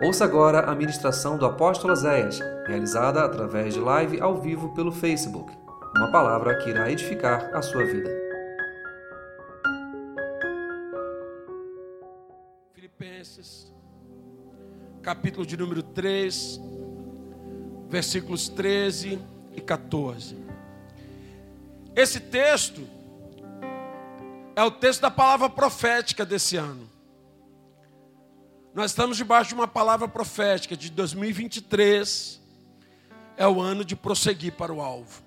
Ouça agora a ministração do apóstolo Zéias, realizada através de live ao vivo pelo Facebook. Uma palavra que irá edificar a sua vida. Filipenses, capítulo de número 3, versículos 13 e 14. Esse texto é o texto da palavra profética desse ano. Nós estamos debaixo de uma palavra profética de 2023. É o ano de prosseguir para o alvo.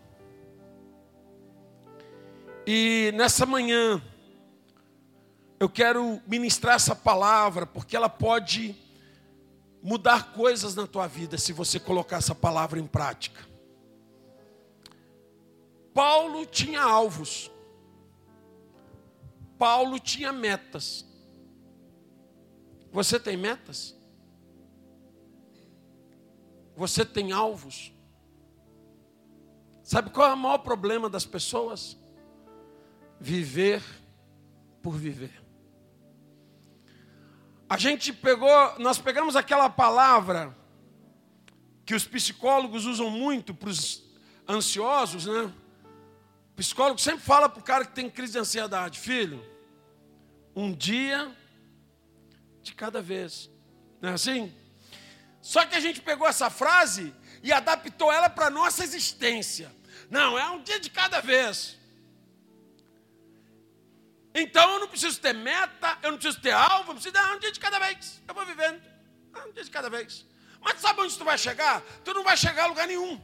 E nessa manhã, eu quero ministrar essa palavra, porque ela pode mudar coisas na tua vida, se você colocar essa palavra em prática. Paulo tinha alvos. Paulo tinha metas. Você tem metas? Você tem alvos? Sabe qual é o maior problema das pessoas? Viver por viver. Nós pegamos aquela palavra que os psicólogos usam muito para os ansiosos, né? O psicólogo sempre fala para o cara que tem crise de ansiedade: filho, um dia de cada vez. Não é assim? Só que a gente pegou essa frase e adaptou ela para a nossa existência. Não, é um dia de cada vez. Então eu não preciso ter meta, eu não preciso ter alvo, eu preciso um dia de cada vez. Eu vou vivendo, um dia de cada vez. Mas sabe onde tu vai chegar? Tu não vai chegar a lugar nenhum.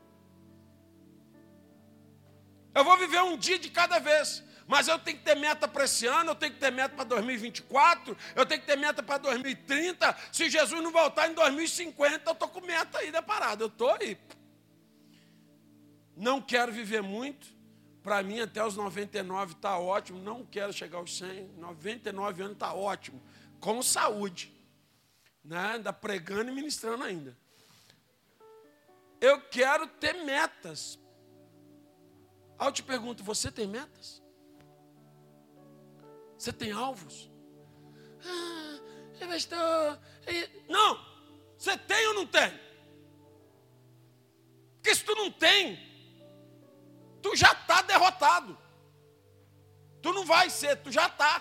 Eu vou viver um dia de cada vez. Mas eu tenho que ter meta para esse ano, eu tenho que ter meta para 2024, eu tenho que ter meta para 2030. Se Jesus não voltar em 2050, eu estou com meta ainda parada. Eu estou aí. Não quero viver muito. Para mim, até os 99 está ótimo. Não quero chegar aos 100. 99 anos está ótimo. Com saúde. Né? Ainda pregando e ministrando ainda. Eu quero ter metas. Aí eu te pergunto, você tem metas? Você tem alvos? Pastor. Não. Você tem ou não tem? Porque se tu não tem, tu já está derrotado. Tu não vai ser, tu já está.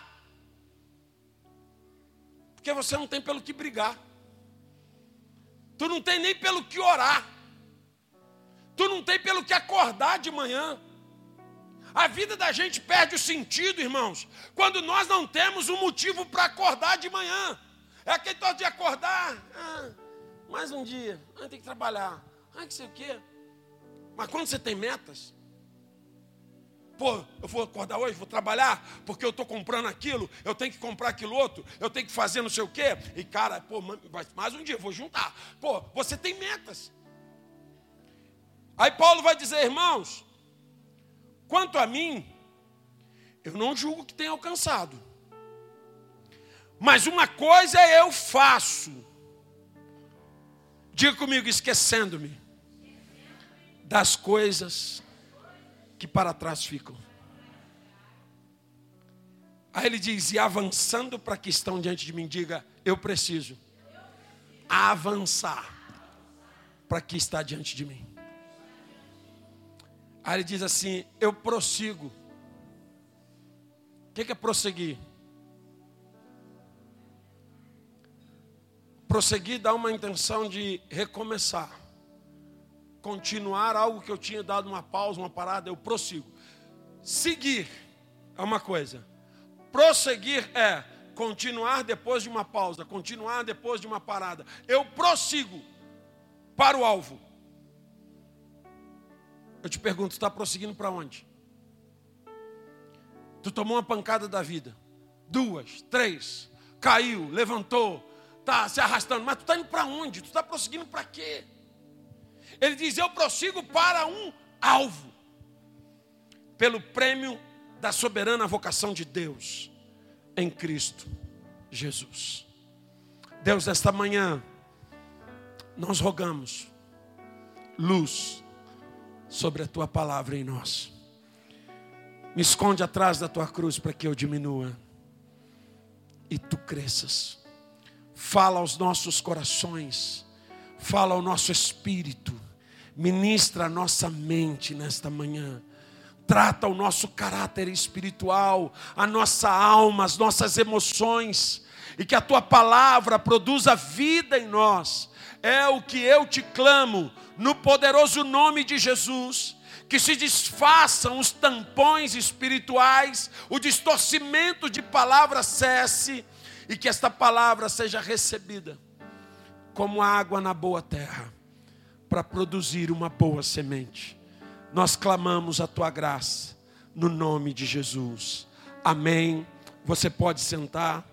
Porque você não tem pelo que brigar. Tu não tem nem pelo que orar. Tu não tem pelo que acordar de manhã. A vida da gente perde o sentido, irmãos, quando nós não temos um motivo para acordar de manhã. É aquele todo de acordar, mais um dia, tem que trabalhar, que sei o quê. Mas quando você tem metas, eu vou acordar hoje, vou trabalhar, porque eu estou comprando aquilo, eu tenho que comprar aquilo outro, eu tenho que fazer não sei o quê. E cara, mais um dia, eu vou juntar. Você tem metas. Aí Paulo vai dizer, irmãos, quanto a mim, eu não julgo que tenha alcançado. Mas uma coisa eu faço. Diga comigo, esquecendo-me das coisas que para trás ficam. Aí ele diz, e avançando para que estão diante de mim, diga, eu preciso avançar para que está diante de mim. Aí ele diz assim, eu prossigo. O que é prosseguir? Prosseguir dá uma intenção de recomeçar. Continuar algo que eu tinha dado uma pausa, uma parada, eu prossigo. Seguir é uma coisa. Prosseguir é continuar depois de uma pausa, continuar depois de uma parada. Eu prossigo para o alvo. Eu te pergunto, tu está prosseguindo para onde? Tu tomou uma pancada da vida. 2, 3, caiu, levantou, está se arrastando. Mas tu está indo para onde? Tu está prosseguindo para quê? Ele diz, eu prossigo para um alvo. Pelo prêmio da soberana vocação de Deus em Cristo Jesus. Deus, esta manhã, nós rogamos luz sobre a tua palavra em nós. Me esconde atrás da tua cruz para que eu diminua e tu cresças. Fala aos nossos corações, fala ao nosso espírito, ministra a nossa mente nesta manhã. Trata o nosso caráter espiritual, a nossa alma, as nossas emoções, e que a tua palavra produza vida em nós. É o que eu te clamo, no poderoso nome de Jesus. Que se desfaçam os tampões espirituais, o distorcimento de palavra cesse, e que esta palavra seja recebida como água na boa terra, para produzir uma boa semente. Nós clamamos a tua graça, no nome de Jesus. Amém. Você pode sentar.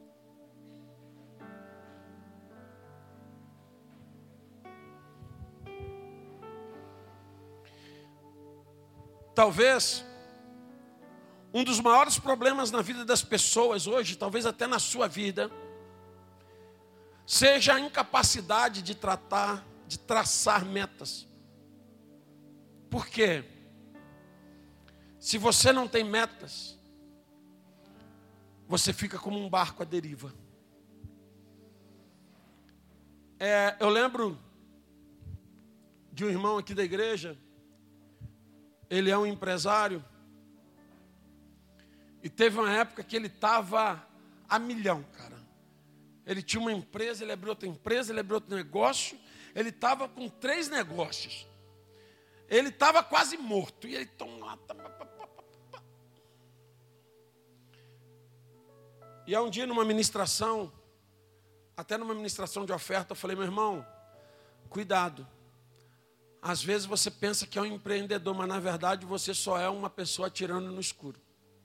Talvez um dos maiores problemas na vida das pessoas hoje, talvez até na sua vida, seja a incapacidade de traçar metas. Por quê? Se você não tem metas, você fica como um barco à deriva. Eu lembro de um irmão aqui da igreja. Ele é um empresário. E teve uma época que ele estava a milhão, cara. Ele tinha uma empresa, ele abriu outra empresa, ele abriu outro negócio. Ele estava com 3 negócios. Ele estava quase morto. E ele tomou. E há um dia numa ministração, até numa ministração de oferta, eu falei, meu irmão, cuidado. Às vezes você pensa que é um empreendedor, mas na verdade você só é uma pessoa atirando no escuro.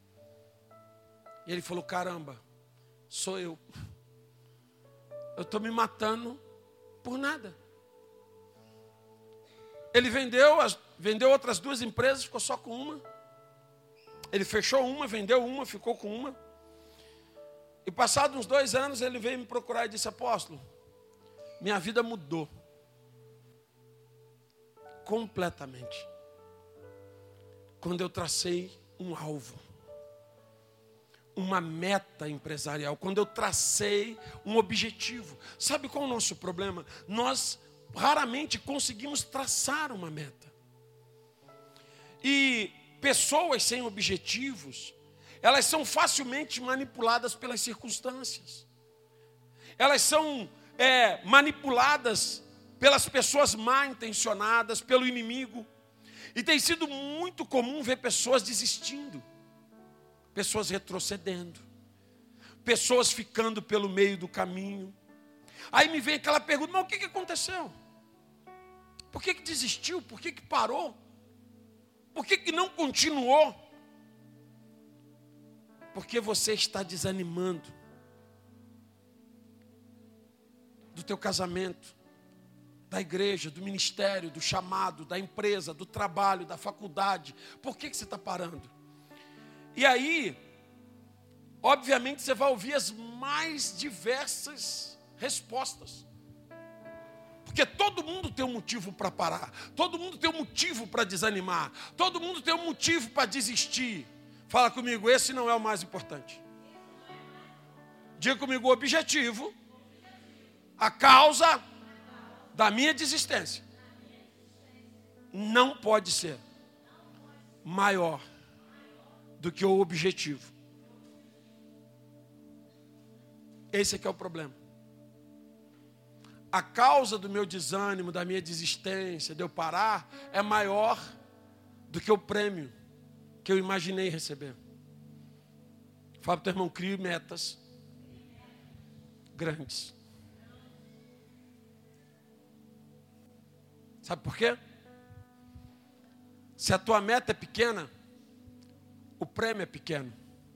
E ele falou, caramba, sou eu. Eu estou me matando por nada. Ele vendeu outras 2 empresas, ficou só com uma. Ele fechou uma, vendeu uma, ficou com uma. E passados uns 2 anos ele veio me procurar e disse, apóstolo, minha vida mudou. Completamente. Quando eu tracei um alvo, uma meta empresarial, quando eu tracei um objetivo. Sabe qual é o nosso problema? Nós raramente conseguimos traçar uma meta. E pessoas sem objetivos, elas são facilmente manipuladas pelas circunstâncias. Elas são manipuladas pelas pessoas mal intencionadas, pelo inimigo. E tem sido muito comum ver pessoas desistindo, pessoas retrocedendo, pessoas ficando pelo meio do caminho. Aí me vem aquela pergunta, mas o que aconteceu? Por que desistiu? Por que parou? Por que não continuou? Porque você está desanimando do teu casamento, da igreja, do ministério, do chamado, da empresa, do trabalho, da faculdade. Por que você está parando? E aí, obviamente, você vai ouvir as mais diversas respostas. Porque todo mundo tem um motivo para parar. Todo mundo tem um motivo para desanimar. Todo mundo tem um motivo para desistir. Fala comigo, esse não é o mais importante. Diga comigo, o objetivo, a causa da minha desistência não pode ser maior do que o objetivo. Esse é que é o problema. A causa do meu desânimo, da minha desistência, de eu parar, é maior do que o prêmio que eu imaginei receber. Fala para o teu irmão, crie metas grandes. Sabe por quê? Se a tua meta é pequena, o prêmio é pequeno.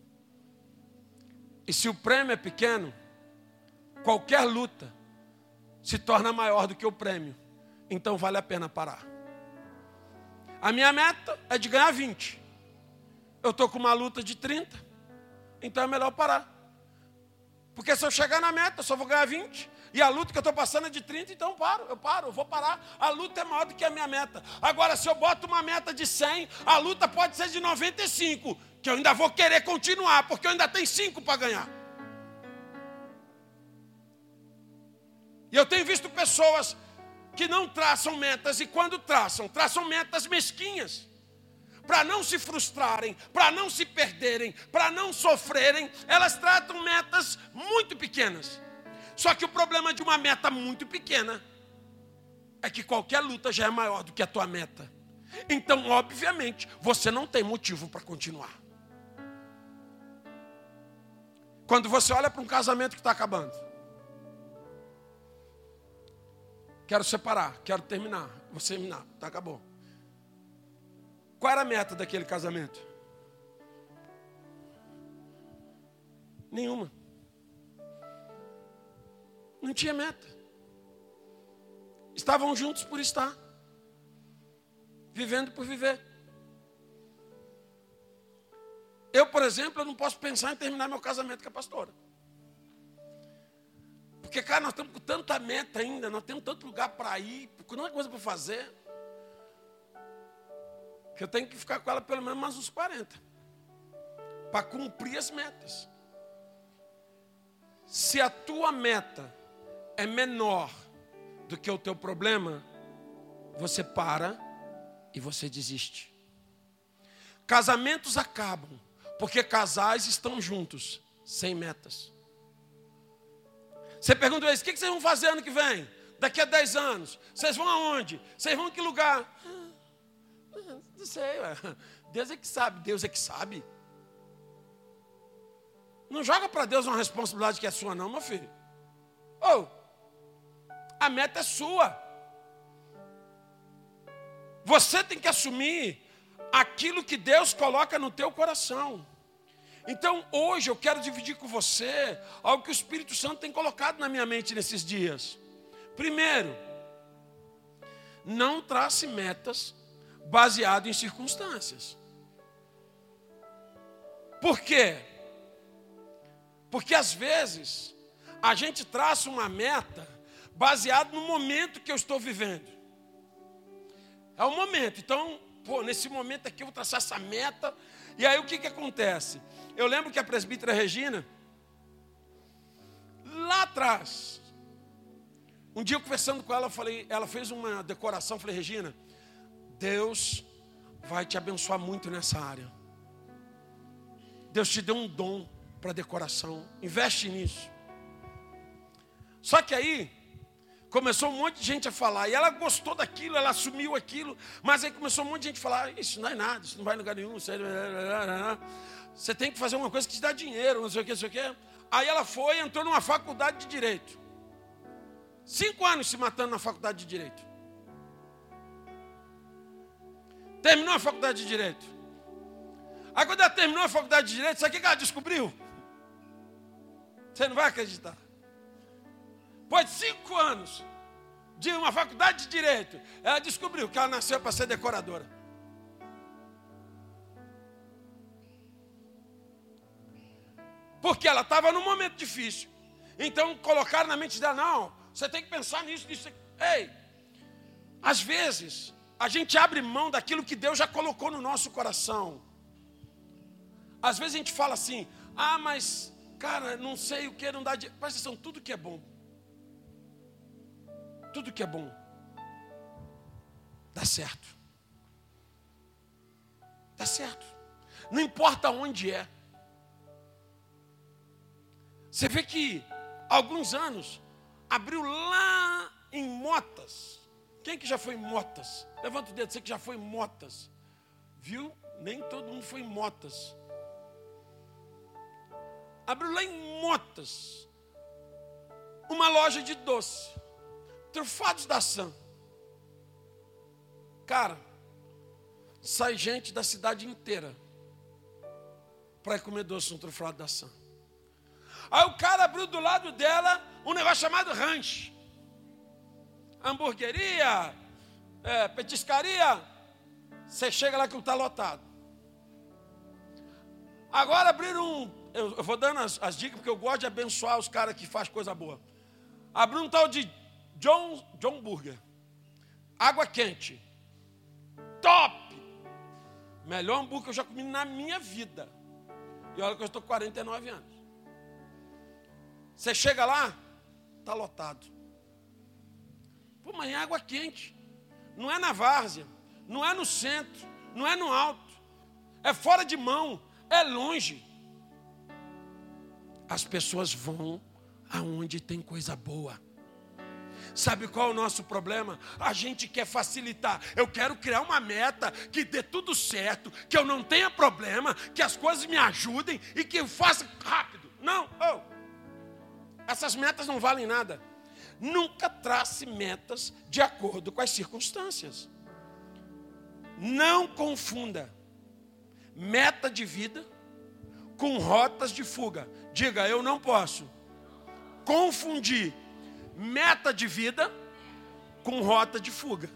E se o prêmio é pequeno, qualquer luta se torna maior do que o prêmio. Então vale a pena parar. A minha meta é de ganhar 20. Eu estou com uma luta de 30. Então é melhor parar. Porque se eu chegar na meta, eu só vou ganhar 20. E a luta que eu estou passando é de 30, então eu vou parar. A luta é maior do que a minha meta. Agora, se eu boto uma meta de 100, a luta pode ser de 95. Que eu ainda vou querer continuar, porque eu ainda tenho 5 para ganhar. E eu tenho visto pessoas que não traçam metas, e quando traçam metas mesquinhas, para não se frustrarem, para não se perderem, para não sofrerem. Elas tratam metas muito pequenas. Só que o problema de uma meta muito pequena é que qualquer luta já é maior do que a tua meta. Então, obviamente, você não tem motivo para continuar. Quando você olha para um casamento que está acabando, quero separar, quero terminar, vou terminar, tá, acabou. Qual era a meta daquele casamento? Nenhuma. Não tinha meta. Estavam juntos por estar. Vivendo por viver. Eu, por exemplo, eu não posso pensar em terminar meu casamento com a pastora. Porque, cara, nós estamos com tanta meta ainda, nós temos tanto lugar para ir, tanta coisa para fazer, que eu tenho que ficar com ela pelo menos mais uns 40, para cumprir as metas. Se a tua meta é menor do que o teu problema, você para e você desiste. Casamentos acabam porque casais estão juntos, sem metas. Você pergunta a eles, o que vocês vão fazer ano que vem? Daqui a 10 anos? Vocês vão aonde? Vocês vão em que lugar? Não sei, Deus é que sabe, Deus é que sabe. Não joga para Deus uma responsabilidade que é sua não, meu filho. A meta é sua. Você tem que assumir aquilo que Deus coloca no teu coração. Então, hoje eu quero dividir com você algo que o Espírito Santo tem colocado na minha mente nesses dias. Primeiro, não trace metas baseado em circunstâncias. Por quê? Porque às vezes a gente traça uma meta baseado no momento que eu estou vivendo. É o momento. Então, nesse momento aqui eu vou traçar essa meta. E aí o que acontece? Eu lembro que a presbítera Regina, lá atrás, um dia eu conversando com ela, ela fez uma decoração, eu falei, Regina, Deus vai te abençoar muito nessa área. Deus te deu um dom para decoração, investe nisso. Só que aí, começou um monte de gente a falar, e ela gostou daquilo, ela assumiu aquilo, mas aí começou um monte de gente a falar, isso não é nada, isso não vai em lugar nenhum, você tem que fazer uma coisa que te dá dinheiro, não sei o que, não sei o que. Aí ela foi e entrou numa faculdade de Direito. 5 anos se matando na faculdade de Direito. Terminou a faculdade de Direito. Aí quando ela terminou a faculdade de Direito, sabe o que ela descobriu? Você não vai acreditar. Depois de 5 anos de uma faculdade de Direito, ela descobriu que ela nasceu para ser decoradora. Porque ela estava num momento difícil. Então colocaram na mente dela, não, você tem que pensar nisso, nisso. Ei, às vezes a gente abre mão daquilo que Deus já colocou no nosso coração. Às vezes a gente fala assim, mas, cara, não sei o que, não dá dinheiro. Presta atenção, tudo que é bom. Tudo que é bom dá certo. Dá certo. Não importa onde é. Você vê que há alguns anos abriu lá em Motas. Quem que já foi em Motas? Levanta o dedo, você que já foi em Motas. Viu? Nem todo mundo foi em Motas. Abriu lá em Motas uma loja de doce. Trufados da Sam. Cara, sai gente da cidade inteira para ir comer doce no trufado da Sam. Aí o cara abriu do lado dela um negócio chamado ranch. Hamburgueria, petiscaria. Você chega lá que não está lotado. Agora abriram eu vou dando as dicas porque eu gosto de abençoar os caras que fazem coisa boa. Abriu um tal de John Burger. Água quente. Top! Melhor hambúrguer que eu já comi na minha vida. E olha que eu estou com 49 anos. Você chega lá, está lotado. Pô, mas é água quente. Não é na várzea, não é no centro, não é no alto. É fora de mão, é longe. As pessoas vão aonde tem coisa boa. Sabe qual é o nosso problema? A gente quer facilitar. Eu quero criar uma meta que dê tudo certo, que eu não tenha problema, que as coisas me ajudem e que eu faça rápido. Não, essas metas não valem nada. Nunca trace metas de acordo com as circunstâncias. Não confunda meta de vida com rotas de fuga. Diga, eu não posso confundir meta de vida com rota de fuga.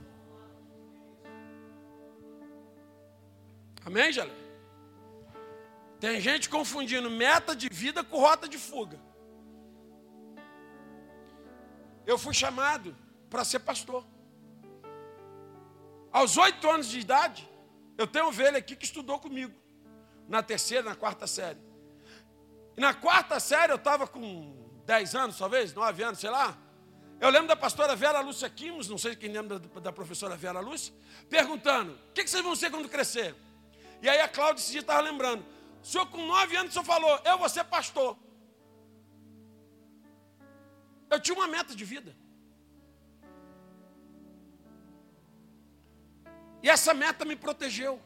Amém, Jalé? Tem gente confundindo meta de vida com rota de fuga. Eu fui chamado para ser pastor. Aos 8 anos de idade, eu tenho uma ovelha aqui que estudou comigo. Na 3ª, na 4ª série. E na 4ª série eu estava com 10 anos, talvez, 9 anos, sei lá. Eu lembro da pastora Vera Lúcia Quimos, não sei quem lembra da professora Vera Lúcia, perguntando, o que vocês vão ser quando crescer? E aí a Cláudia esse dia estava lembrando, o senhor com 9 anos, o senhor falou, eu vou ser pastor. Eu tinha uma meta de vida. E essa meta me protegeu.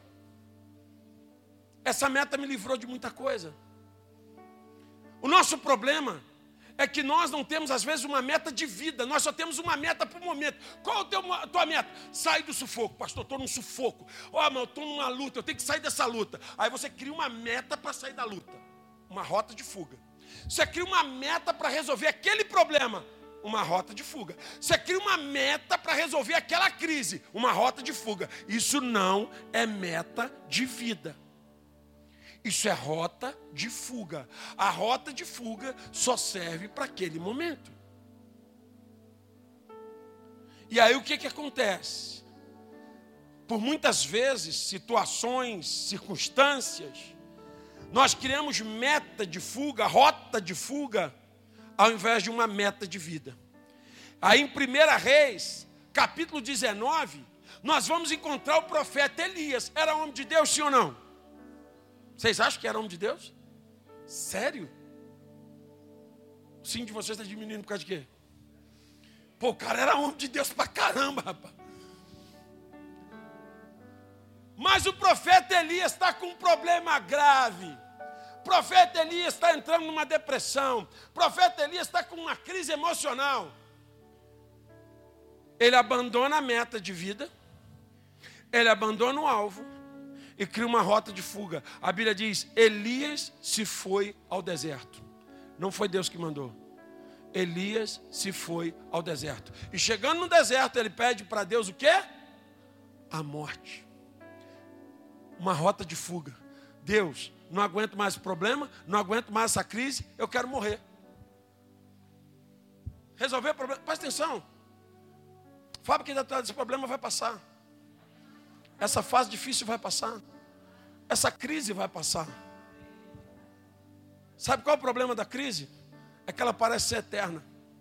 Essa meta me livrou de muita coisa. O nosso problema é que nós não temos, às vezes, uma meta de vida. Nós só temos uma meta para o momento. Qual é a tua meta? Sair do sufoco. Pastor, estou num sufoco. Mas eu estou numa luta, eu tenho que sair dessa luta. Aí você cria uma meta para sair da luta. Uma rota de fuga. Você cria uma meta para resolver aquele problema. Uma rota de fuga. Você cria uma meta para resolver aquela crise. Uma rota de fuga. Isso não é meta de vida. Isso é rota de fuga. A rota de fuga só serve para aquele momento. E aí o que acontece? Por muitas vezes, situações, circunstâncias, nós criamos meta de fuga, rota de fuga, ao invés de uma meta de vida. Aí em 1 Reis, capítulo 19, nós vamos encontrar o profeta Elias. Era homem de Deus, sim ou não? Vocês acham que era homem de Deus? Sério? O sim de vocês está diminuindo por causa de quê? Pô, o cara era homem de Deus pra caramba, rapaz. Mas o profeta Elias está com um problema grave. O profeta Elias está entrando numa depressão. O profeta Elias está com uma crise emocional. Ele abandona a meta de vida. Ele abandona o alvo. E cria uma rota de fuga. A Bíblia diz, Elias se foi ao deserto. Não foi Deus que mandou. Elias se foi ao deserto. E chegando no deserto, ele pede para Deus o quê? A morte. Uma rota de fuga. Deus, não aguento mais esse problema, não aguento mais essa crise, eu quero morrer. Resolver o problema, presta atenção. Fábio, que desse problema vai passar. Essa fase difícil vai passar. Essa crise vai passar. Sabe qual é o problema da crise? É que ela parece ser eterna.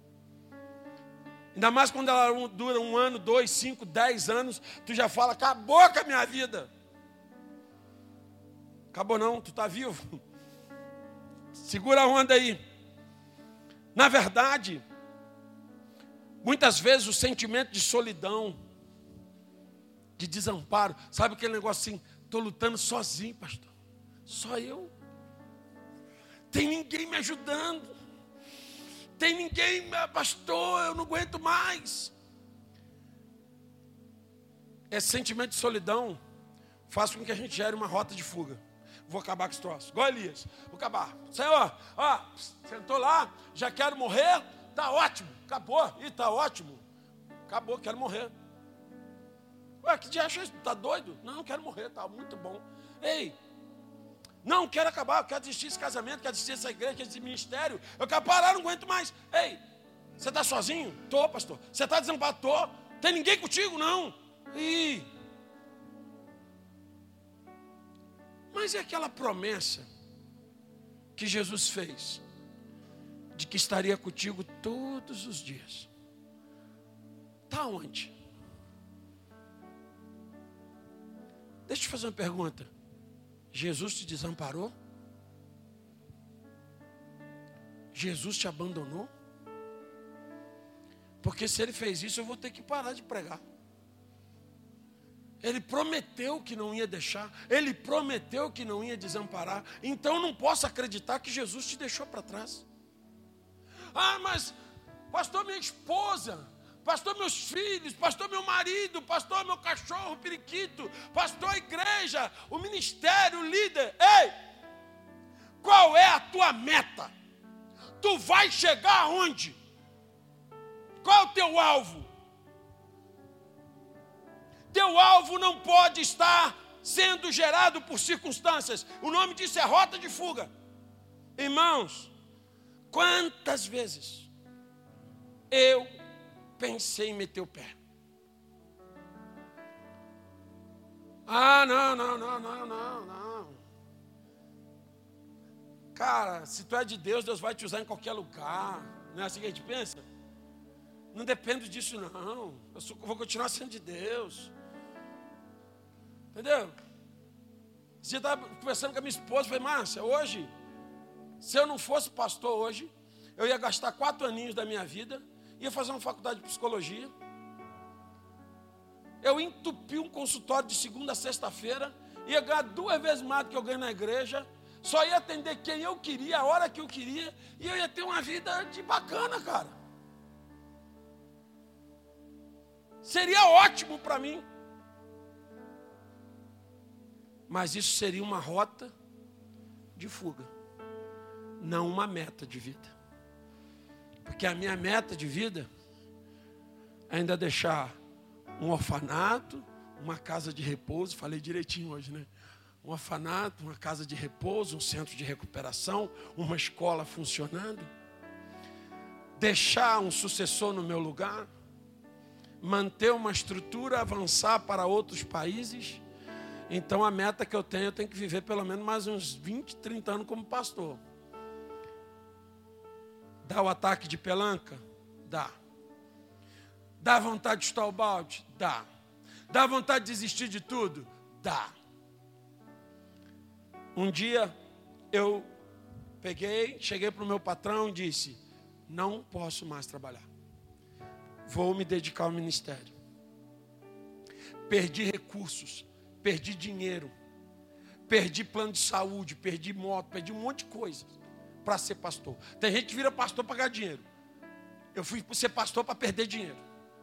Ainda mais quando ela dura 1 ano, 2, 5, 10 anos. Tu já fala, acabou com a minha vida. Acabou não, tu está vivo. Segura a onda aí. Na verdade, muitas vezes o sentimento de solidão, de desamparo, sabe aquele negócio assim, estou lutando sozinho, pastor, só eu, tem ninguém me ajudando, tem ninguém, pastor, eu não aguento mais. Esse sentimento de solidão faz com que a gente gere uma rota de fuga. Vou acabar com esse troço, igual Elias, vou acabar. Senhor, sentou lá, já quero morrer, tá ótimo, acabou, tá ótimo, acabou, quero morrer. Ué, que dia acha isso? Tá doido? Não, quero morrer, tá muito bom. Ei, não, quero acabar, eu quero desistir desse casamento, quero desistir dessa igreja, quero desistir desse ministério, eu quero parar, não aguento mais. Ei, você está sozinho? Tô, pastor. Você está desamparado? Tô. Tem ninguém contigo? Não. Ih. Mas é aquela promessa que Jesus fez, de que estaria contigo todos os dias. está onde? Deixa eu te fazer uma pergunta. Jesus te desamparou? Jesus te abandonou? Porque se ele fez isso, eu vou ter que parar de pregar. Ele prometeu que não ia deixar. Ele prometeu que não ia desamparar. Então eu não posso acreditar que Jesus te deixou para trás. Ah, mas pastor, minha esposa, pastor, meus filhos, pastor, meu marido, pastor, meu cachorro, o periquito, pastor, a igreja, o ministério, o líder. Ei, qual é a tua meta? Tu vai chegar aonde? Qual é o teu alvo? Teu alvo não pode estar sendo gerado por circunstâncias. O nome disso é rota de fuga. Irmãos, quantas vezes eu pensei em meter o pé? Ah, não. Cara, se tu é de Deus, Deus vai te usar em qualquer lugar. Não é assim que a gente pensa? Não dependo disso, não. Eu vou continuar sendo de Deus. Entendeu? Você estava conversando com a minha esposa, falei, Márcia, hoje, se eu não fosse pastor hoje, eu ia gastar 4 aninhos da minha vida, ia fazer uma faculdade de psicologia, eu entupi um consultório de segunda a sexta-feira, ia ganhar 2 vezes mais do que eu ganho na igreja, só ia atender quem eu queria, a hora que eu queria, e eu ia ter uma vida de bacana, cara. Seria ótimo para mim. Mas isso seria uma rota de fuga, não uma meta de vida. Porque a minha meta de vida é ainda deixar um orfanato, uma casa de repouso, falei direitinho hoje, né? Um orfanato, uma casa de repouso, um centro de recuperação, uma escola funcionando. Deixar um sucessor no meu lugar, manter uma estrutura, avançar para outros países. Então a meta que eu tenho que viver pelo menos mais uns 20, 30 anos como pastor. Dá o ataque de pelanca? Dá. Dá vontade de chutar o balde? Dá. Dá vontade de desistir de tudo? Dá. Um dia eu cheguei para o meu patrão e disse, não posso mais trabalhar. Vou me dedicar ao ministério. Perdi recursos. Perdi dinheiro, perdi plano de saúde, perdi moto, perdi um monte de coisa para ser pastor. Tem gente que vira pastor para ganhar dinheiro. Eu fui ser pastor para perder dinheiro.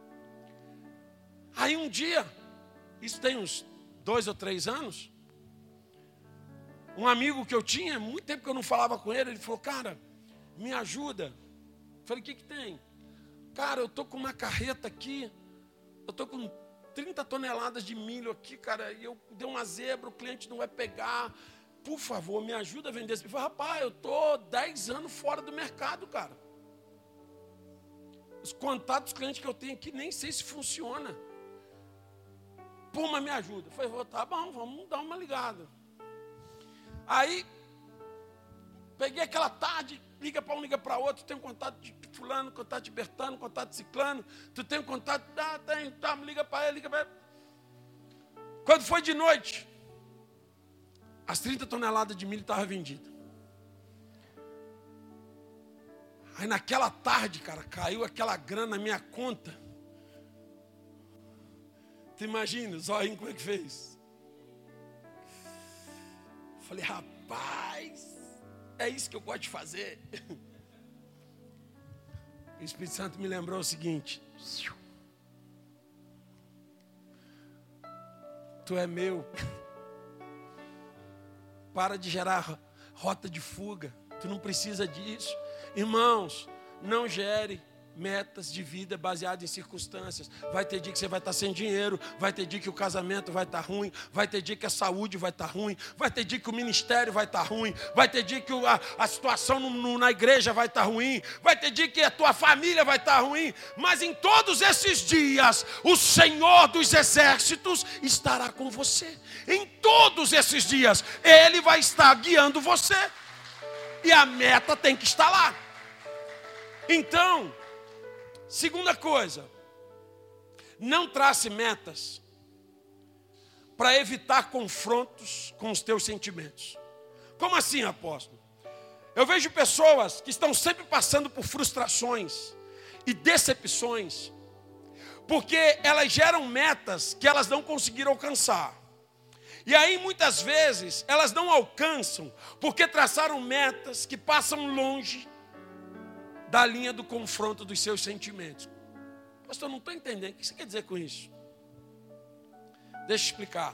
Aí um dia, isso tem uns 2 ou 3 anos, um amigo que eu tinha, muito tempo que eu não falava com ele, ele falou, cara, me ajuda. Eu falei, o que tem? Cara, eu estou com uma carreta aqui, eu estou com 30 toneladas de milho aqui, cara, e eu dei uma zebra, o cliente não vai pegar, por favor, me ajuda a vender. Eu falei, rapaz, eu estou 10 anos fora do mercado, cara. Os contatos dos clientes que eu tenho aqui, nem sei se funciona. Puma, me ajuda. Eu falei, tá bom, vamos dar uma ligada. Aí, peguei aquela tarde, liga para um, liga para outro, tem um contato de fulano, contato de Bertano, contato de ciclano, tu tem um contato, liga para ele, liga para ele. Quando foi de noite, as 30 toneladas de milho estavam vendidas. Aí naquela tarde, cara, caiu aquela grana na minha conta. Tu imagina, o Zóio como é que fez? Falei, rapaz, é isso que eu gosto de fazer. O Espírito Santo me lembrou o seguinte: tu é meu. Para de gerar rota de fuga. Tu não precisa disso. Irmãos, não gere metas de vida baseadas em circunstâncias. Vai ter dia que você vai estar sem dinheiro, vai ter dia que o casamento vai estar ruim, vai ter dia que a saúde vai estar ruim, vai ter dia que o ministério vai estar ruim, vai ter dia que a situação na igreja vai estar ruim, vai ter dia que a tua família vai estar ruim, mas em todos esses dias o Senhor dos exércitos estará com você. Em todos esses dias Ele vai estar guiando você, e a meta tem que estar lá. Então, segunda coisa, Não trace metas para evitar confrontos com os teus sentimentos. Como assim, apóstolo? Eu vejo pessoas que estão sempre passando por frustrações e decepções, porque elas geram metas que elas não conseguiram alcançar. E aí, muitas vezes, elas não alcançam porque traçaram metas que passam longe da linha do confronto dos seus sentimentos. Pastor, eu não estou entendendo. O que você quer dizer com isso? Deixa eu explicar.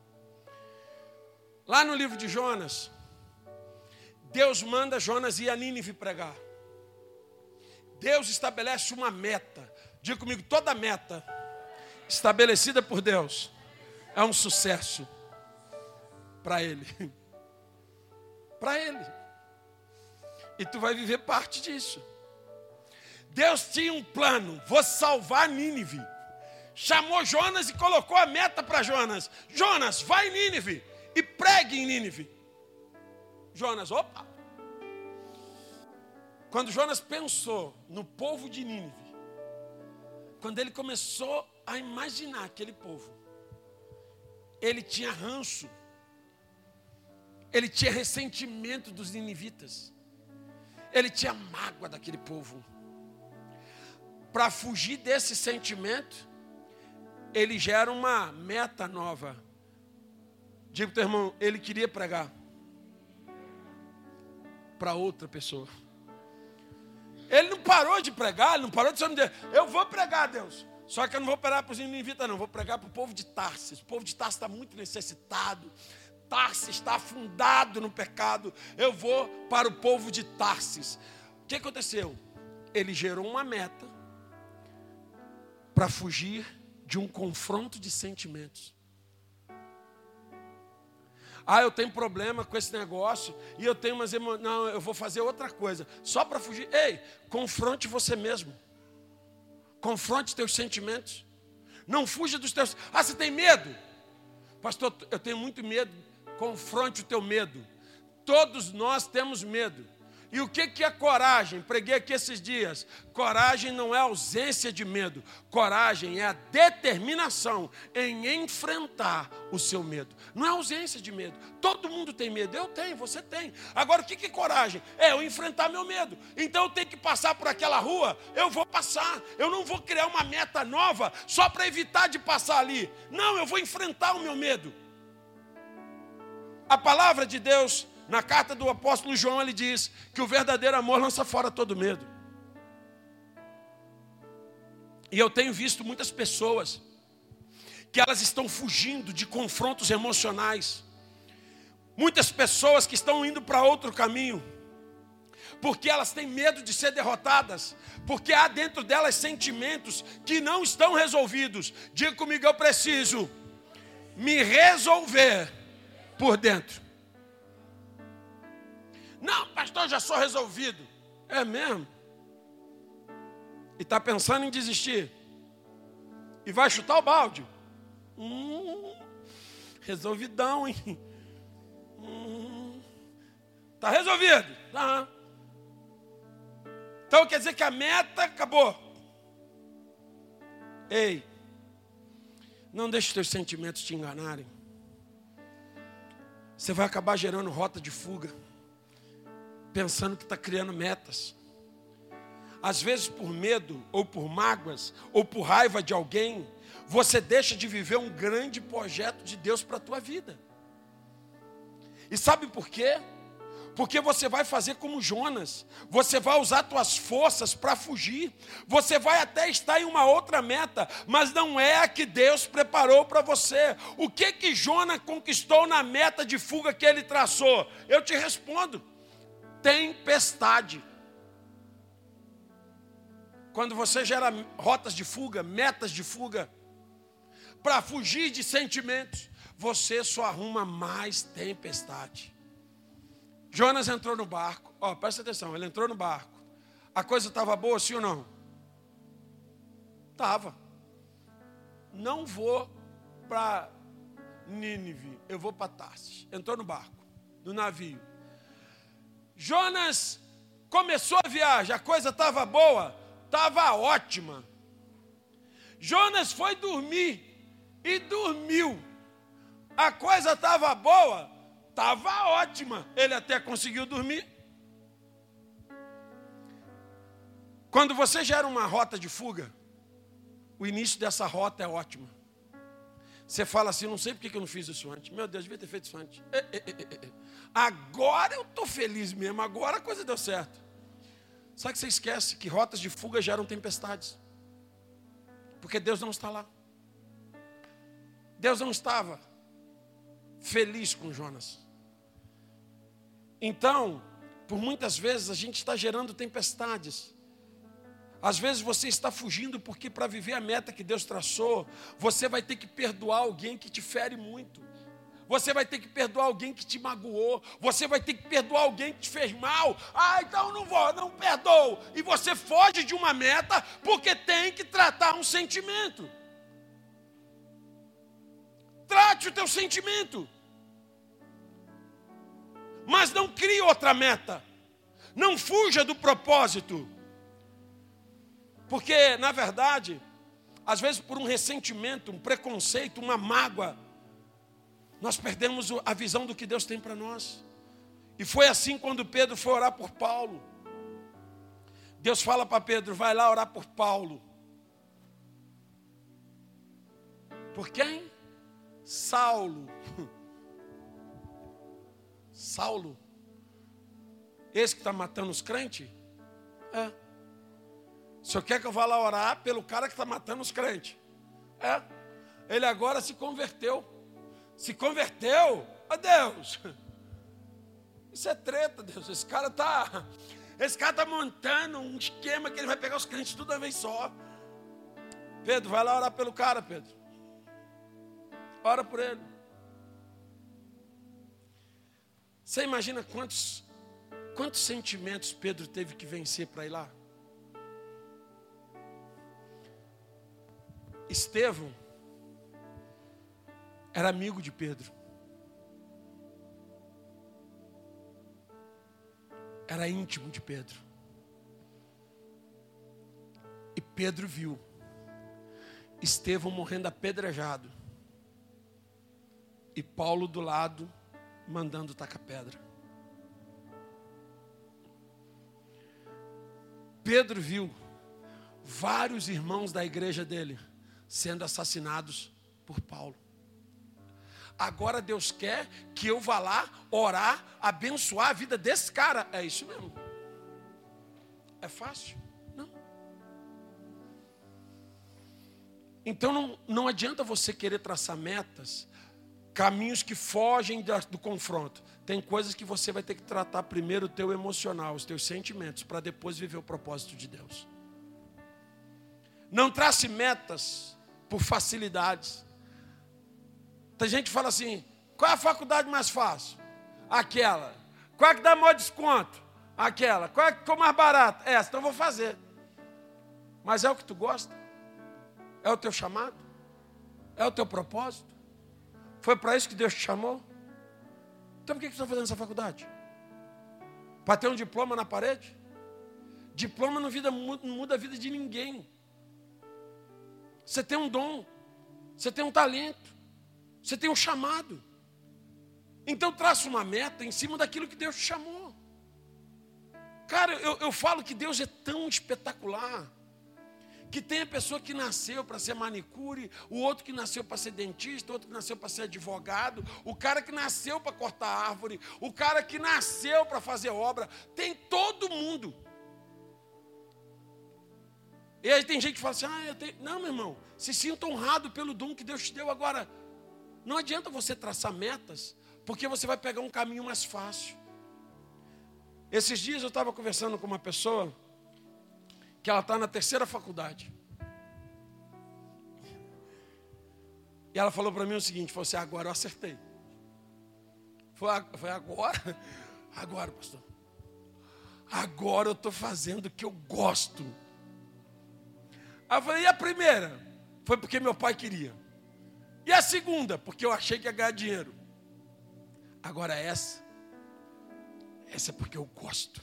Lá no livro de Jonas, Deus manda Jonas ir a Nínive pregar. Deus estabelece uma meta. Diga comigo, toda meta estabelecida por Deus é um sucesso para Ele. Para Ele. E tu vai viver parte disso. Deus tinha um plano, vou salvar Nínive. Chamou Jonas e colocou a meta para Jonas. Jonas, vai em Nínive e pregue em Nínive. Jonas, opa. Quando Jonas pensou no povo de Nínive, quando ele começou a imaginar aquele povo, ele tinha ranço, ele tinha ressentimento dos ninivitas, ele tinha mágoa daquele povo. Para fugir desse sentimento, ele gera uma meta nova. Diga para o teu irmão, ele queria pregar para outra pessoa. Ele não parou de pregar, ele não parou de dizer, eu vou pregar, Deus. Só que eu não vou pregar para os ninivitas, não. Vou pregar para o povo de Tarsis. O povo de Tarsis está muito necessitado. Tarsis está afundado no pecado. Eu vou para o povo de Tarsis. O que aconteceu? Ele gerou uma meta para fugir de um confronto de sentimentos. Ah, eu tenho problema com esse negócio e eu tenho umas emoções. Não, eu vou fazer outra coisa. Só para fugir. Ei, confronte você mesmo. Confronte teus sentimentos. Não fuja dos teus... Ah, você tem medo? Pastor, eu tenho muito medo. Confronte o teu medo. Todos nós temos medo. E o que é coragem? Preguei aqui esses dias. Coragem não é ausência de medo. Coragem é a determinação em enfrentar o seu medo. Não é ausência de medo. Todo mundo tem medo. Eu tenho, você tem. Agora, o que é coragem? É eu enfrentar meu medo. Então, eu tenho que passar por aquela rua. Eu vou passar. Eu não vou criar uma meta nova só para evitar de passar ali. Não, eu vou enfrentar o meu medo. A palavra de Deus... Na carta do apóstolo João, ele diz que o verdadeiro amor lança fora todo medo. E eu tenho visto muitas pessoas que elas estão fugindo de confrontos emocionais. Muitas pessoas que estão indo para outro caminho, porque elas têm medo de ser derrotadas, porque há dentro delas sentimentos que não estão resolvidos. Diga comigo, eu preciso me resolver por dentro. Não, pastor, já sou resolvido. É mesmo? E está pensando em desistir? E vai chutar o balde? Resolvidão, hein? Está resolvido? Tá. Então quer dizer que a meta acabou. Ei, não deixe os teus sentimentos te enganarem. Você vai acabar gerando rota de fuga, pensando que está criando metas. Às vezes por medo, ou por mágoas, ou por raiva de alguém, você deixa de viver um grande projeto de Deus para a tua vida. E sabe por quê? Porque você vai fazer como Jonas. Você vai usar tuas forças para fugir. Você vai até estar em uma outra meta, mas não é a que Deus preparou para você. O que Jonas conquistou na meta de fuga que ele traçou? Eu te respondo. Tempestade. Quando você gera rotas de fuga, metas de fuga, para fugir de sentimentos, você só arruma mais tempestade. Jonas entrou no barco. Presta atenção, ele entrou no barco. A coisa estava boa, sim ou não? Estava. Não vou para Nínive, eu vou para Tarsis. Entrou no barco, no navio. Jonas começou a viagem, a coisa estava boa, estava ótima. Jonas foi dormir e dormiu. A coisa estava boa, estava ótima. Ele até conseguiu dormir. Quando você gera uma rota de fuga, o início dessa rota é ótimo. Você fala assim, não sei porque que eu não fiz isso antes. Meu Deus, devia ter feito isso antes. Agora eu estou feliz mesmo, agora a coisa deu certo. Só que você esquece que rotas de fuga geram tempestades. Porque Deus não está lá. Deus não estava feliz com Jonas. Então, por muitas vezes a gente está gerando tempestades. Às vezes você está fugindo porque para viver a meta que Deus traçou, você vai ter que perdoar alguém que te fere muito. Você vai ter que perdoar alguém que te magoou. Você vai ter que perdoar alguém que te fez mal. Então não vou, não perdoo. E você foge de uma meta porque tem que tratar um sentimento. Trate o teu sentimento. Mas não crie outra meta. Não fuja do propósito. Porque, na verdade, às vezes por um ressentimento, um preconceito, uma mágoa, nós perdemos a visão do que Deus tem para nós. E foi assim quando Pedro foi orar por Paulo. Deus fala para Pedro, vai lá orar por Paulo. Por quem? Saulo. Saulo. Esse que está matando os crentes? É. O senhor quer que eu vá lá orar pelo cara que está matando os crentes? É. Ele agora se converteu. Se converteu? A Deus. Isso é treta, Deus. Esse cara está montando um esquema que ele vai pegar os crentes tudo uma vez só. Pedro, vai lá orar pelo cara, Pedro. Ora por ele. Você imagina quantos sentimentos Pedro teve que vencer para ir lá? Estevão era amigo de Pedro. Era íntimo de Pedro. E Pedro viu Estevão morrendo apedrejado. E Paulo do lado mandando tacar pedra. Pedro viu vários irmãos da igreja dele sendo assassinados por Paulo. Agora Deus quer que eu vá lá orar, abençoar a vida desse cara. É isso mesmo. É fácil? Não. Então não adianta você querer traçar metas, caminhos que fogem do confronto. Tem coisas que você vai ter que tratar primeiro o teu emocional, os teus sentimentos, para depois viver o propósito de Deus. Não trace metas por facilidades. Tem gente que fala assim, qual é a faculdade mais fácil? Aquela. Qual é que dá maior desconto? Aquela. Qual é que ficou mais barata? Essa, então eu vou fazer. Mas é o que tu gosta? É o teu chamado? É o teu propósito? Foi para isso que Deus te chamou? Então por que você está fazendo essa faculdade? Para ter um diploma na parede? Diploma não muda a vida de ninguém. Você tem um dom, você tem um talento, você tem um chamado. Então traça uma meta em cima daquilo que Deus te chamou. Cara, eu falo que Deus é tão espetacular, que tem a pessoa que nasceu para ser manicure, o outro que nasceu para ser dentista, o outro que nasceu para ser advogado, o cara que nasceu para cortar árvore, o cara que nasceu para fazer obra, tem todo mundo. E aí tem gente que fala assim, não, meu irmão, se sinta honrado pelo dom que Deus te deu. Agora, não adianta você traçar metas, porque você vai pegar um caminho mais fácil. Esses dias eu estava conversando com uma pessoa, que ela está na 3ª faculdade. E ela falou para mim o seguinte, falou assim, agora eu acertei. Foi agora? Agora, pastor. Agora eu estou fazendo o que eu gosto. Aí eu falei, e a primeira? Foi porque meu pai queria. E a segunda? Porque eu achei que ia ganhar dinheiro. Agora essa é porque eu gosto.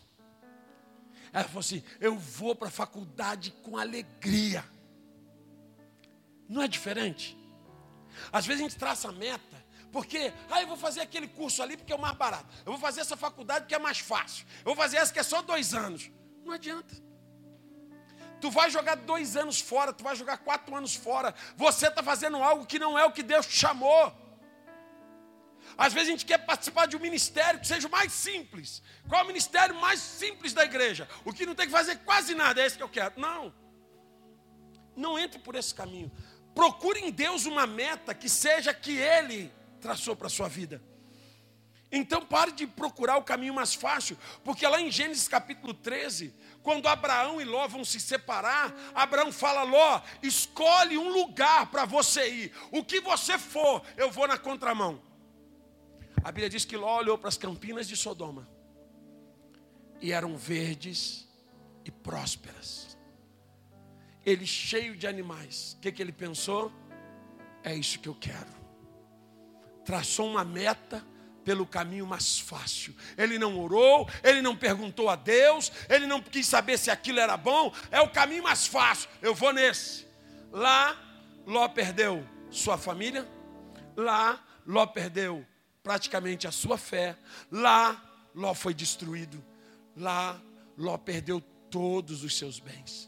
Ela falou assim, eu vou para a faculdade com alegria. Não é diferente? Às vezes a gente traça a meta, porque, eu vou fazer aquele curso ali porque é o mais barato. Eu vou fazer essa faculdade porque é mais fácil. Eu vou fazer essa que é só 2 anos. Não adianta. Tu vai jogar 2 anos fora, tu vai jogar 4 anos fora. Você está fazendo algo que não é o que Deus te chamou. Às vezes a gente quer participar de um ministério que seja o mais simples. Qual é o ministério mais simples da igreja? O que não tem que fazer quase nada, é esse que eu quero. Não. Não entre por esse caminho. Procure em Deus uma meta que seja que Ele traçou para a sua vida. Então pare de procurar o caminho mais fácil, porque lá em Gênesis capítulo 13, quando Abraão e Ló vão se separar, Abraão fala: Ló, escolhe um lugar para você ir. O que você for, eu vou na contramão. A Bíblia diz que Ló olhou para as campinas de Sodoma e eram verdes e prósperas. Ele cheio de animais. O que ele pensou? É isso que eu quero. Traçou uma meta pelo caminho mais fácil. Ele não orou, ele não perguntou a Deus, ele não quis saber se aquilo era bom. É o caminho mais fácil, eu vou nesse. Lá, Ló perdeu sua família. Lá, Ló perdeu praticamente a sua fé. Lá, Ló foi destruído. Lá, Ló perdeu todos os seus bens.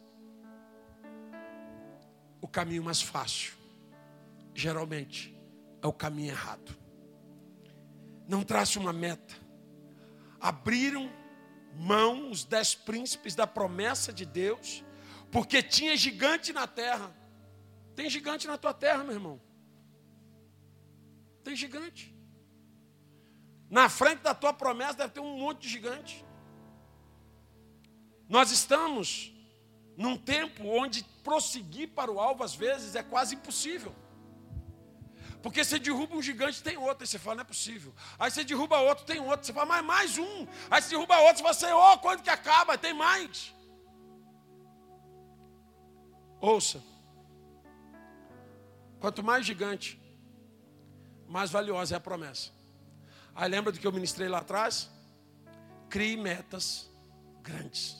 O caminho mais fácil, geralmente, é o caminho errado. Não trace uma meta. Abriram mão os 10 príncipes da promessa de Deus, porque tinha gigante na terra. Tem gigante na tua terra, meu irmão. Tem gigante. Na frente da tua promessa deve ter um monte de gigante. Nós estamos num tempo onde prosseguir para o alvo, às vezes, é quase impossível. Porque você derruba um gigante, tem outro. Aí você fala, não é possível. Aí você derruba outro, tem outro. Você fala, mas mais um. Aí você derruba outro, você fala, quando que acaba? Tem mais. Ouça. Quanto mais gigante, mais valiosa é a promessa. Aí lembra do que eu ministrei lá atrás? Crie metas grandes.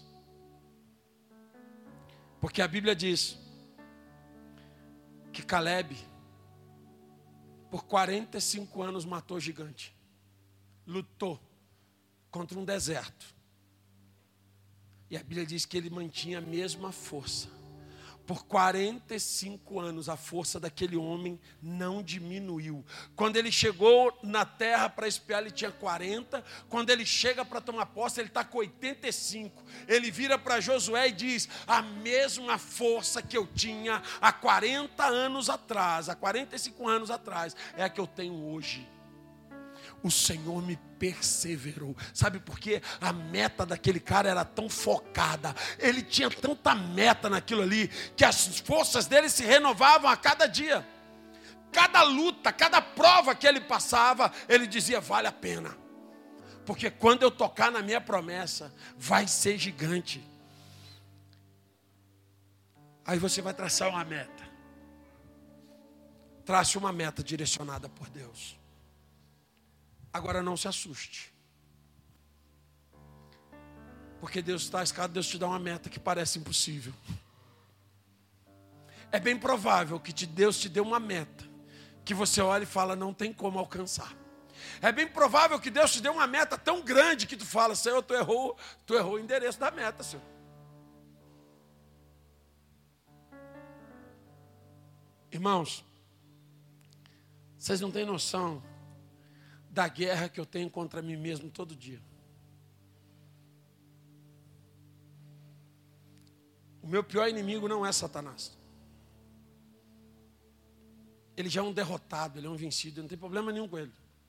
Porque a Bíblia diz que Caleb, por 45 anos, matou gigante. Lutou contra um deserto. E a Bíblia diz que ele mantinha a mesma força. Por 45 anos, a força daquele homem não diminuiu. Quando ele chegou na terra para espiar, ele tinha 40. Quando ele chega para tomar posse, ele está com 85. Ele vira para Josué e diz, a mesma força que eu tinha há 40 anos atrás, há 45 anos atrás, é a que eu tenho hoje. O Senhor me perseverou. Sabe por quê? A meta daquele cara era tão focada. Ele tinha tanta meta naquilo ali, que as forças dele se renovavam a cada dia. Cada luta, cada prova que ele passava, ele dizia, vale a pena. Porque quando eu tocar na minha promessa, vai ser gigante. Aí você vai traçar uma meta. Trace uma meta direcionada por Deus. Agora não se assuste. Porque Deus está escado, Deus te dá uma meta que parece impossível. É bem provável que Deus te dê uma meta que você olha e fala, não tem como alcançar. É bem provável que Deus te dê uma meta tão grande que tu fala, Senhor, tu errou o endereço da meta, Senhor. Irmãos, vocês não têm noção da guerra que eu tenho contra mim mesmo todo dia. O meu pior inimigo não é Satanás. Ele já é um derrotado, ele é um vencido, não tem problema nenhum com ele.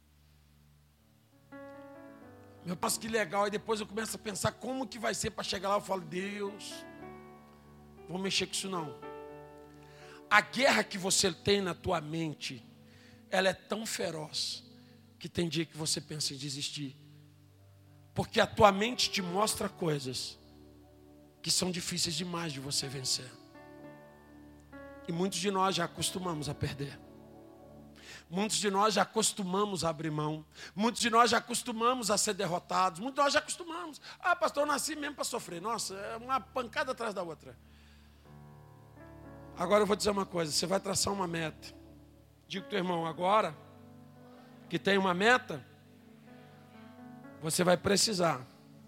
Eu passo que legal, aí depois eu começo a pensar como que vai ser para chegar lá, eu falo, Deus, vou mexer com isso não. A guerra que você tem na tua mente, ela é tão feroz, que tem dia que você pensa em desistir. Porque a tua mente te mostra coisas que são difíceis demais de você vencer. E muitos de nós já acostumamos a perder. Muitos de nós já acostumamos a abrir mão. Muitos de nós já acostumamos a ser derrotados. Muitos de nós já acostumamos. Ah, pastor, eu nasci mesmo para sofrer. Nossa, é uma pancada atrás da outra. Agora eu vou dizer uma coisa, você vai traçar uma meta. Diga para o teu irmão, agora que tem uma meta, você vai precisar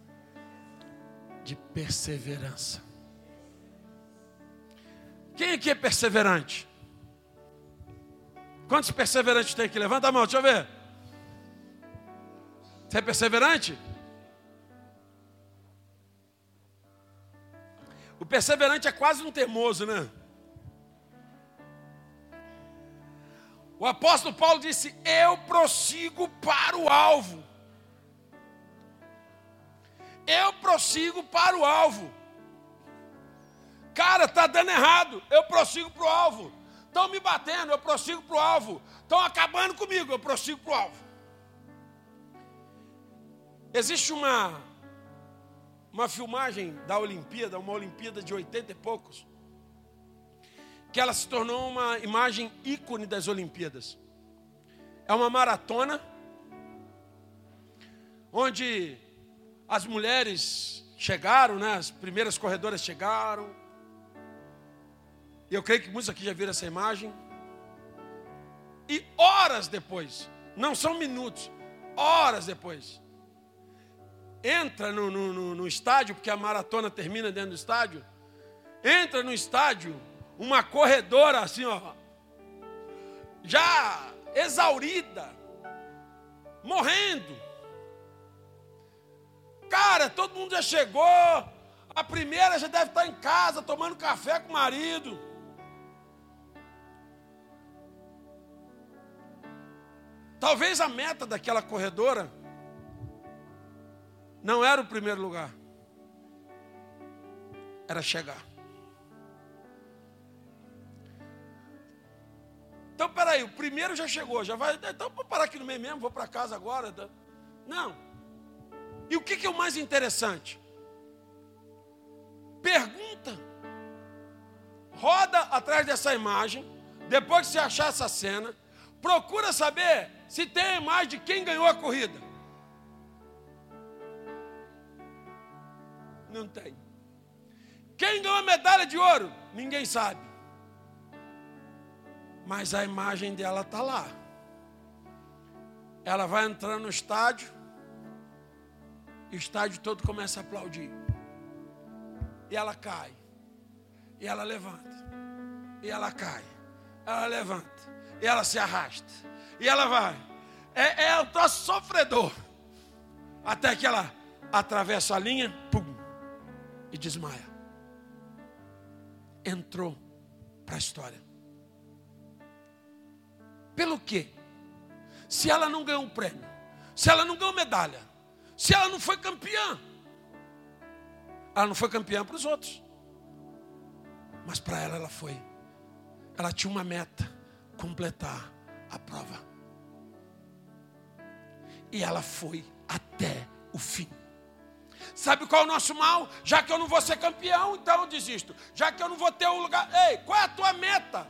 de perseverança. Quem aqui é perseverante? Quantos perseverantes tem aqui? Levanta a mão, deixa eu ver. Você é perseverante? O perseverante é quase um teimoso, né? O apóstolo Paulo disse: eu prossigo para o alvo. Eu prossigo para o alvo. Cara, está dando errado, eu prossigo para o alvo. Estão me batendo, eu prossigo para o alvo. Estão acabando comigo, eu prossigo para o alvo. Existe uma filmagem da Olimpíada, uma Olimpíada de 80 e poucos, que ela se tornou uma imagem ícone das Olimpíadas. É uma maratona, onde as mulheres chegaram, né? As primeiras corredoras chegaram. E eu creio que muitos aqui já viram essa imagem. E horas depois, não são minutos, horas depois, entra no estádio, porque a maratona termina dentro do estádio. Entra no estádio uma corredora assim, ó, já exaurida, morrendo. Cara, todo mundo já chegou. A primeira já deve estar em casa tomando café com o marido. Talvez a meta daquela corredora não era o primeiro lugar, era chegar. Então, peraí, o primeiro já chegou, já vai, então vou parar aqui no meio mesmo, vou para casa agora. Não. E o que é o mais interessante? Pergunta, roda atrás dessa imagem, depois que você achar essa cena, procura saber se tem a imagem de quem ganhou a corrida. Não tem. Quem ganhou a medalha de ouro? Ninguém sabe. Mas a imagem dela está lá. Ela vai entrando no estádio, e o estádio todo começa a aplaudir. E ela cai. E ela levanta. E ela cai. Ela levanta. E ela se arrasta. E ela vai. É o troço sofredor. Até que ela atravessa a linha, pum, e desmaia. Entrou para a história. Pelo quê? Se ela não ganhou um prêmio, se ela não ganhou medalha, se ela não foi campeã, ela não foi campeã para os outros, mas para ela, ela foi. Ela tinha uma meta: completar a prova. E ela foi até o fim. Sabe qual é o nosso mal? Já que eu não vou ser campeão, então eu desisto. Já que eu não vou ter um lugar. Ei, qual é a tua meta?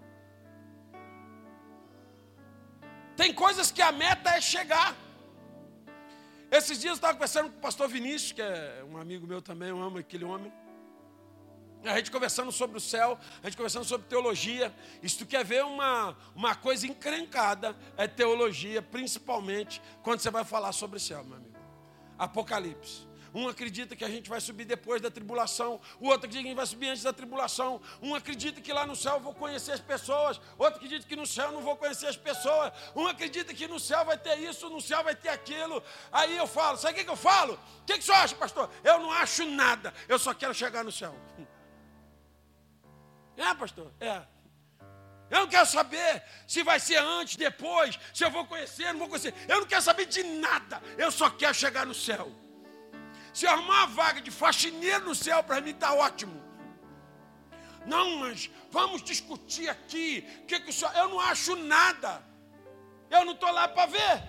Tem coisas que a meta é chegar. Esses dias eu estava conversando com o pastor Vinícius, que é um amigo meu também, eu amo aquele homem. A gente conversando sobre o céu, a gente conversando sobre teologia. E se tu quer ver uma coisa encrencada, é teologia, principalmente quando você vai falar sobre o céu, meu amigo. Apocalipse. Um acredita que a gente vai subir depois da tribulação, o outro acredita que a gente vai subir antes da tribulação. Um acredita que lá no céu eu vou conhecer as pessoas, outro acredita que no céu eu não vou conhecer as pessoas. Um acredita que no céu vai ter isso, no céu vai ter aquilo. Aí eu falo, sabe o que eu falo? O que o senhor acha, pastor? Eu não acho nada, eu só quero chegar no céu. É, pastor? É. Eu não quero saber se vai ser antes, depois, se eu vou conhecer, não vou conhecer. Eu não quero saber de nada, eu só quero chegar no céu. Se eu arrumar uma vaga de faxineiro no céu, para mim está ótimo. Não, mas vamos discutir aqui. Que o senhor... Eu não acho nada. Eu não estou lá para ver.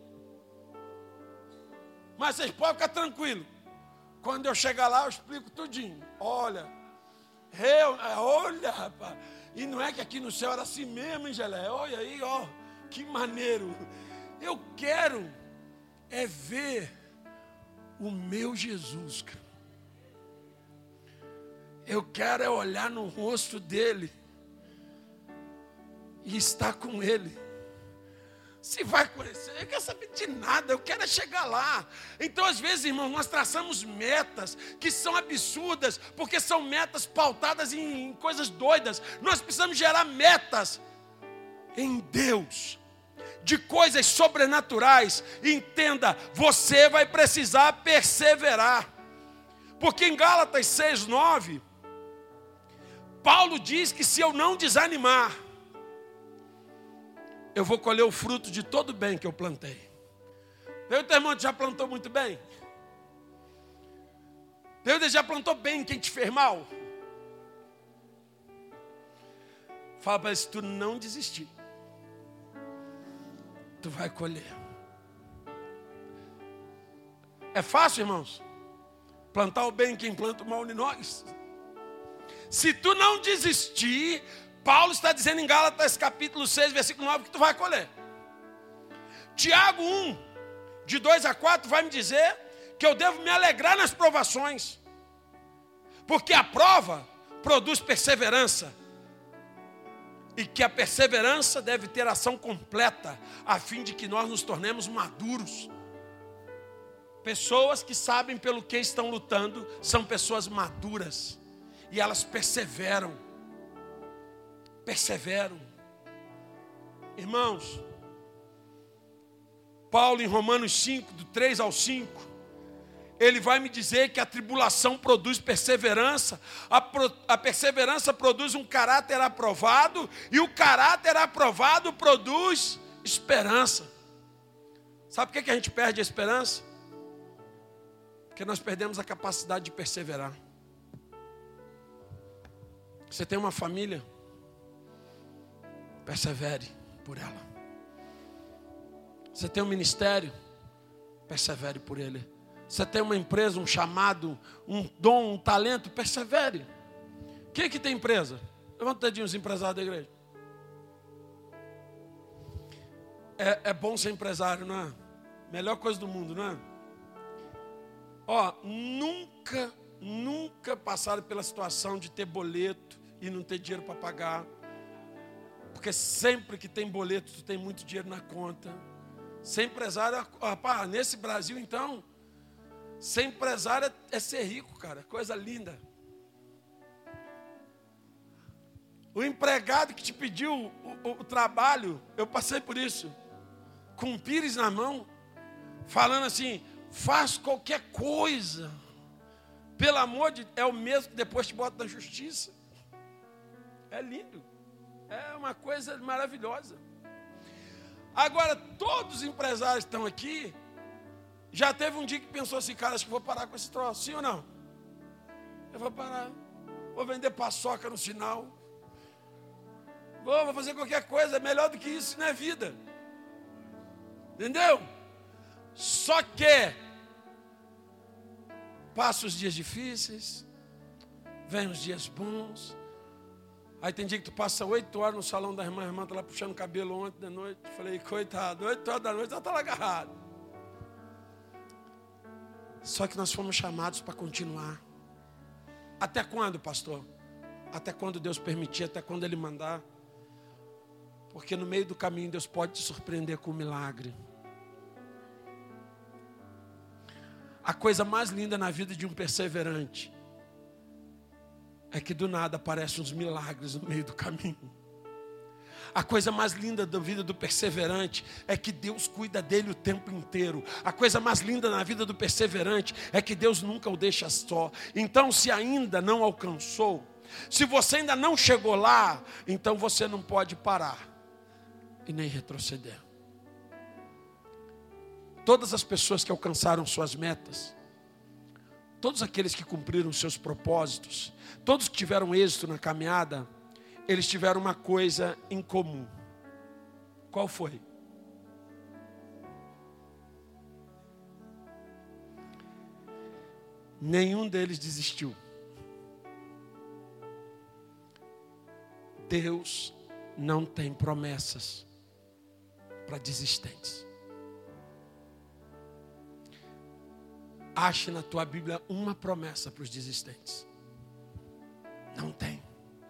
Mas vocês podem ficar tranquilos. Quando eu chegar lá, eu explico tudinho. Olha, rapaz. E não é que aqui no céu era assim mesmo, hein, Gelé? Olha aí, ó, que maneiro. Eu quero ver o meu Jesus, cara. Eu quero é olhar no rosto dele e estar com ele. Se vai conhecer, eu quero saber de nada, eu quero é chegar lá. Então, às vezes, irmãos, nós traçamos metas que são absurdas, porque são metas pautadas em coisas doidas. Nós precisamos gerar metas em Deus, de coisas sobrenaturais. Entenda, você vai precisar perseverar. Porque em Gálatas 6:9, Paulo diz que se eu não desanimar, eu vou colher o fruto de todo o bem que eu plantei. Teu irmão já plantou muito bem? Teu já plantou bem quem te fez mal? Fala para ele, se tu não desistir, tu vai colher. É fácil, irmãos? Plantar o bem quem planta o mal em nós. Se tu não desistir, Paulo está dizendo em Gálatas capítulo 6, versículo 9, que tu vai colher. Tiago 1, de 2 a 4, vai me dizer que eu devo me alegrar nas provações. Porque a prova produz perseverança. E que a perseverança deve ter ação completa, a fim de que nós nos tornemos maduros. Pessoas que sabem pelo que estão lutando são pessoas maduras. E elas perseveram. Irmãos, Paulo em Romanos 5, do 3 ao 5, ele vai me dizer que a tribulação produz perseverança, a perseverança produz um caráter aprovado, e o caráter aprovado produz esperança. Sabe por que a gente perde a esperança? Porque nós perdemos a capacidade de perseverar. Você tem uma família? Persevere por ela. Você tem um ministério? Persevere por ele. Você tem uma empresa, um chamado, um dom, um talento? Persevere. Quem é que tem empresa? Levanta o dedinho os empresários da igreja. É bom ser empresário, não é? Melhor coisa do mundo, não é? Ó, nunca passaram pela situação de ter boleto e não ter dinheiro para pagar. Porque sempre que tem boleto, tu tem muito dinheiro na conta. Ser empresário, rapaz, nesse Brasil então, ser empresário é ser rico, cara, coisa linda. O empregado que te pediu o trabalho, eu passei por isso, com um pires na mão, falando assim, faz qualquer coisa, pelo amor de Deus, é o mesmo que depois te bota na justiça. É lindo. É uma coisa maravilhosa. Agora, todos os empresários que estão aqui, já teve um dia que pensou assim, cara, acho que vou parar com esse troço, sim ou não? Eu vou parar. Vou vender paçoca no sinal. Vou fazer qualquer coisa, melhor do que isso não é vida. Entendeu? Só que passa os dias difíceis, vem os dias bons. Aí tem dia que tu passa 8 horas no salão da irmã, a irmã está lá puxando o cabelo ontem da noite. Falei, coitado, 8 horas da noite ela está lá agarrada. Só que nós fomos chamados para continuar. Até quando, pastor? Até quando Deus permitir, até quando Ele mandar. Porque no meio do caminho Deus pode te surpreender com um milagre. A coisa mais linda na vida de um perseverante é que do nada aparecem uns milagres no meio do caminho. A coisa mais linda da vida do perseverante é que Deus cuida dele o tempo inteiro. A coisa mais linda na vida do perseverante é que Deus nunca o deixa só. Então, se ainda não alcançou, se você ainda não chegou lá, então você não pode parar e nem retroceder. Todas as pessoas que alcançaram suas metas, todos aqueles que cumpriram seus propósitos, todos que tiveram êxito na caminhada, eles tiveram uma coisa em comum. Qual foi? Nenhum deles desistiu. Deus não tem promessas para desistentes. Ache na tua Bíblia uma promessa para os desistentes. Não tem.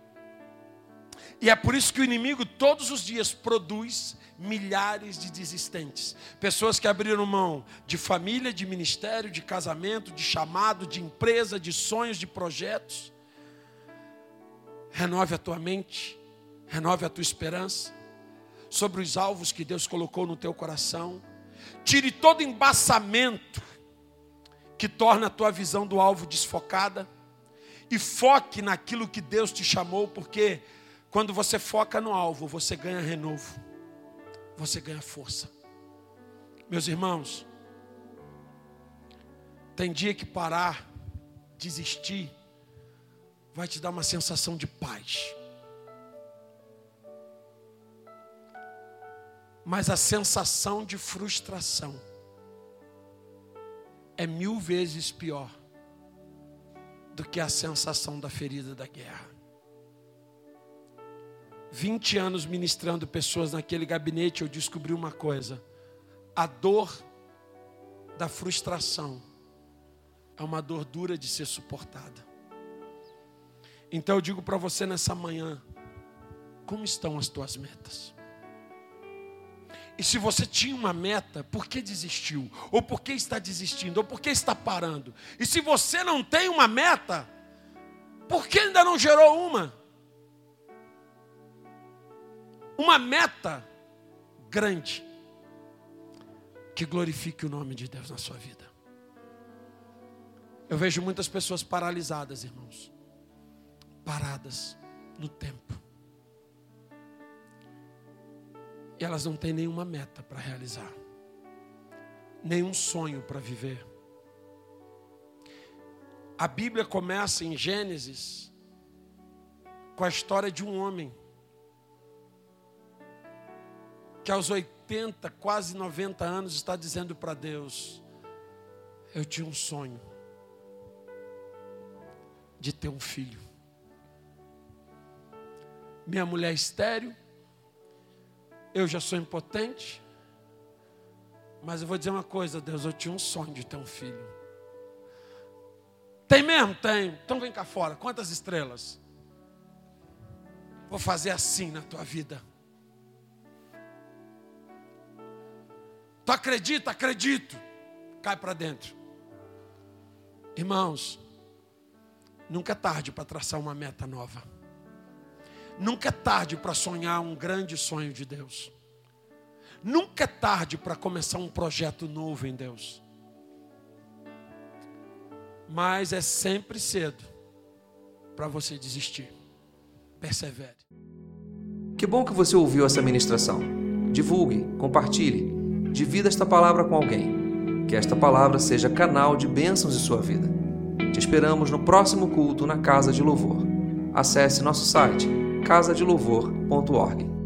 E é por isso que o inimigo todos os dias produz milhares de desistentes. Pessoas que abriram mão de família, de ministério, de casamento, de chamado, de empresa, de sonhos, de projetos. Renove a tua mente, renove a tua esperança sobre os alvos que Deus colocou no teu coração. Tire todo embaçamento que torna a tua visão do alvo desfocada e foque naquilo que Deus te chamou, porque quando você foca no alvo, você ganha renovo, você ganha força. Meus irmãos, tem dia que parar, desistir, vai te dar uma sensação de paz. Mas a sensação de frustração é 1000 vezes pior do que a sensação da ferida da guerra. 20 anos ministrando pessoas naquele gabinete, eu descobri uma coisa: a dor da frustração é uma dor dura de ser suportada. Então eu digo para você nessa manhã, como estão as tuas metas? E se você tinha uma meta, por que desistiu? Ou por que está desistindo? Ou por que está parando? E se você não tem uma meta, por que ainda não gerou uma? Uma meta grande, que glorifique o nome de Deus na sua vida. Eu vejo muitas pessoas paralisadas, irmãos. Paradas no tempo. E elas não têm nenhuma meta para realizar. Nenhum sonho para viver. A Bíblia começa em Gênesis com a história de um homem que aos 80, quase 90 anos está dizendo para Deus: eu tinha um sonho de ter um filho. Minha mulher é estéril, eu já sou impotente, mas eu vou dizer uma coisa, Deus, eu tinha um sonho de ter um filho. Tem mesmo? Tem. Então vem cá fora, quantas estrelas? Vou fazer assim na tua vida. Tu acredita? Acredito. Cai para dentro. Irmãos, nunca é tarde para traçar uma meta nova. Nunca é tarde para sonhar um grande sonho de Deus. Nunca é tarde para começar um projeto novo em Deus. Mas é sempre cedo para você desistir. Persevere. Que bom que você ouviu essa ministração. Divulgue, compartilhe, divida esta palavra com alguém. Que esta palavra seja canal de bênçãos em sua vida. Te esperamos no próximo culto na Casa de Louvor. Acesse nosso site casadelouvor.org.